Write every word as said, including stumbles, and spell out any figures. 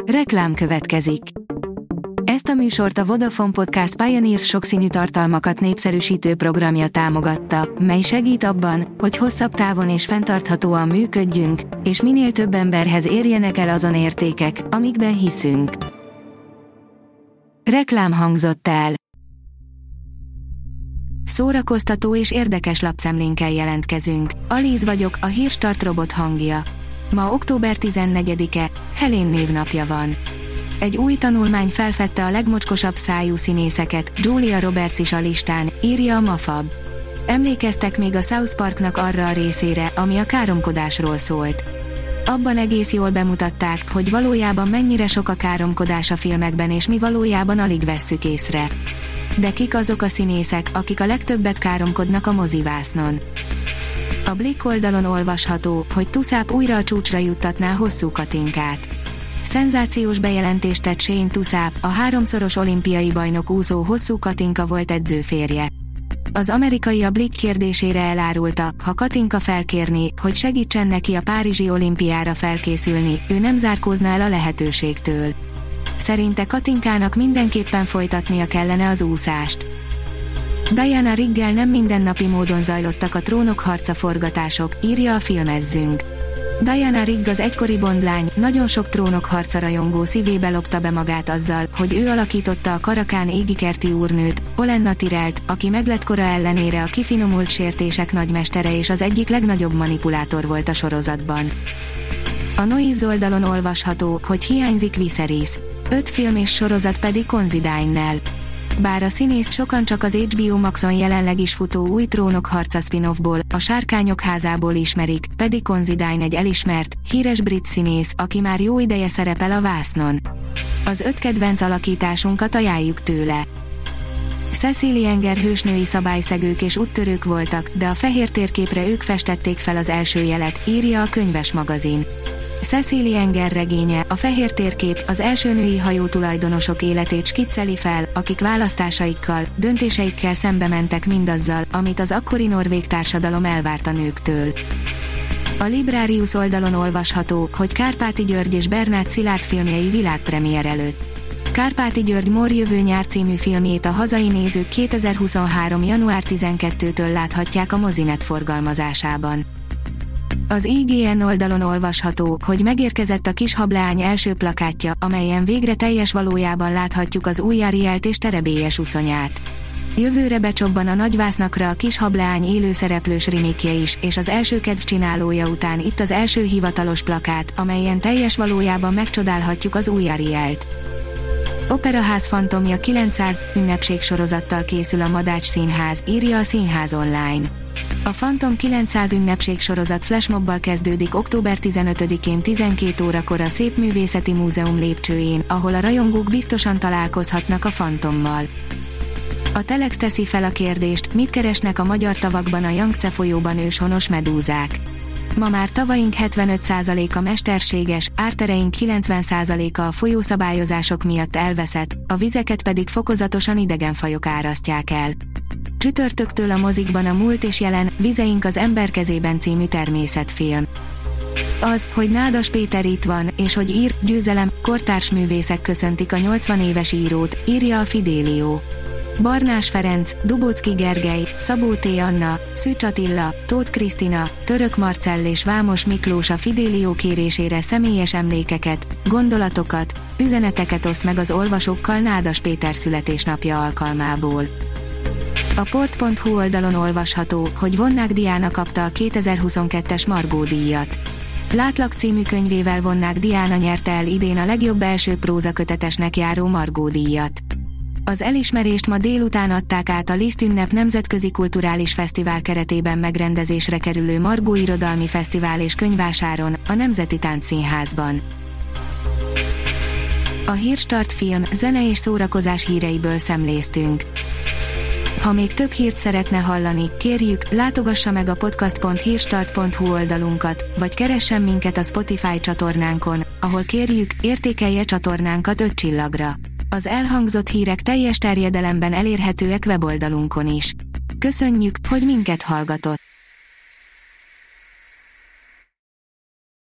Reklám következik. Ezt a műsort a Vodafone Podcast Pioneers sokszínű tartalmakat népszerűsítő programja támogatta, mely segít abban, hogy hosszabb távon és fenntarthatóan működjünk, és minél több emberhez érjenek el azon értékek, amikben hiszünk. Reklám hangzott el. Szórakoztató és érdekes lapszemlénkkel jelentkezünk. Alíz vagyok, a Hírstart robot hangja. Ma október tizennegyedike, Helén névnapja van. Egy új tanulmány felfedte a legmocskosabb szájú színészeket, Julia Roberts is a listán, írja a Mafab. Emlékeztek még a South Parknak arra a részére, ami a káromkodásról szólt. Abban egész jól bemutatták, hogy valójában mennyire sok a káromkodás a filmekben és mi valójában alig vesszük észre. De kik azok a színészek, akik a legtöbbet káromkodnak a mozivásznon? A Blick oldalon olvasható, hogy Tuszáp újra a csúcsra juttatná Hosszú Katinkát. Szenzációs bejelentést tett Shane Tuszáp, a háromszoros olimpiai bajnok úszó Hosszú Katinka volt edzőférje. Az amerikai a Blick kérdésére elárulta, ha Katinka felkérné, hogy segítsen neki a párizsi olimpiára felkészülni, ő nem zárkózna el a lehetőségtől. Szerinte Katinkának mindenképpen folytatnia kellene az úszást. Diana Rigggel nem mindennapi módon zajlottak a Trónok harca forgatások, írja a Filmezzünk. Diana Rigg az egykori Bond-lány, nagyon sok Trónok harca rajongó szívébe lopta be magát azzal, hogy ő alakította a Karakán égikerti úrnőt, Olenna Tyrellt, aki meglettkora ellenére a kifinomult sértések nagymestere és az egyik legnagyobb manipulátor volt a sorozatban. A Noiz oldalon olvasható, hogy hiányzik Viserys. Öt film és sorozat pedig Considine-nel. Bár a színészt sokan csak az há bé o Maxon jelenleg is futó új Trónok harca spin-offból, a Sárkányok házából ismerik, pedig Considine egy elismert, híres brit színész, aki már jó ideje szerepel a vásznon. Az öt kedvenc alakításunkat ajánljuk tőle. Cecily Enger hősnői szabályszegők és úttörők voltak, de a fehér térképre ők festették fel az első jelet, írja a Könyves magazin. Cecily Enger regénye, a Fehér térkép, az első női hajó tulajdonosok életét skicceli fel, akik választásaikkal, döntéseikkel szembe mentek mindazzal, amit az akkori norvég társadalom elvárt a nőktől. A Librarius oldalon olvasható, hogy Kárpáti György és Bernát Szilárd filmjei világpremiér előtt. Kárpáti György Mór jövő nyár című filmjét a hazai nézők kétezer-huszonhárom. január tizenkettedikétől láthatják a Mozinet forgalmazásában. Az i gé en oldalon olvasható, hogy megérkezett a Kis hableány első plakátja, amelyen végre teljes valójában láthatjuk az új Arielt és terebélyes uszonyát. Jövőre becsobban a nagyvásznakra a Kis hableány élőszereplős remake-je is, és az első kedvcsinálója után itt az első hivatalos plakát, amelyen teljes valójában megcsodálhatjuk az új Arielt. Operaház fantomja kilencszáz ünnepségsorozattal készül a Madács Színház, írja a Színház online. A Fantom kilencszáz ünnepségsorozat flashmobbal kezdődik október tizenötödikén tizenkét órakor a Szépművészeti Múzeum lépcsőjén, ahol a rajongók biztosan találkozhatnak a Fantommal. A Telex teszi fel a kérdést, mit keresnek a magyar tavakban a Yangtze folyóban őshonos medúzák. Ma már tavaink hetvenöt százaléka mesterséges, ártereink kilencven százaléka a folyószabályozások miatt elveszett, a vizeket pedig fokozatosan idegen fajok árasztják el. Csütörtöktől a mozikban a Múlt és jelen, Vizeink az ember kezében című természetfilm. Az, hogy Nádas Péter itt van, és hogy ír, győzelem, kortárs művészek köszöntik a nyolcvan éves írót, írja a Fidelio. Barnás Ferenc, Dubóczki Gergely, Szabó T. Anna, Szűcs Attila, Tóth Krisztina, Török Marcell és Vámos Miklós a Fidelio kérésére személyes emlékeket, gondolatokat, üzeneteket oszt meg az olvasókkal Nádas Péter születésnapja alkalmából. A port pont hu oldalon olvasható, hogy Vonnák Diana kapta a kétezer-huszonkettes Margó díjat. Látlak című könyvével Vonnák Diana nyerte el idén a legjobb első prózakötetesnek járó Margó díjat. Az elismerést ma délután adták át a Liszt ünnep nemzetközi kulturális fesztivál keretében megrendezésre kerülő Margó irodalmi fesztivál és könyvásáron, a Nemzeti Táncszínházban. A Hírstart film, zene és szórakozás híreiből szemléztünk. Ha még több hírt szeretne hallani, kérjük, látogassa meg a podcast pont hírstart pont hu oldalunkat, vagy keressen minket a Spotify csatornánkon, ahol kérjük, értékelje csatornánkat öt csillagra. Az elhangzott hírek teljes terjedelemben elérhetőek weboldalunkon is. Köszönjük, hogy minket hallgatott!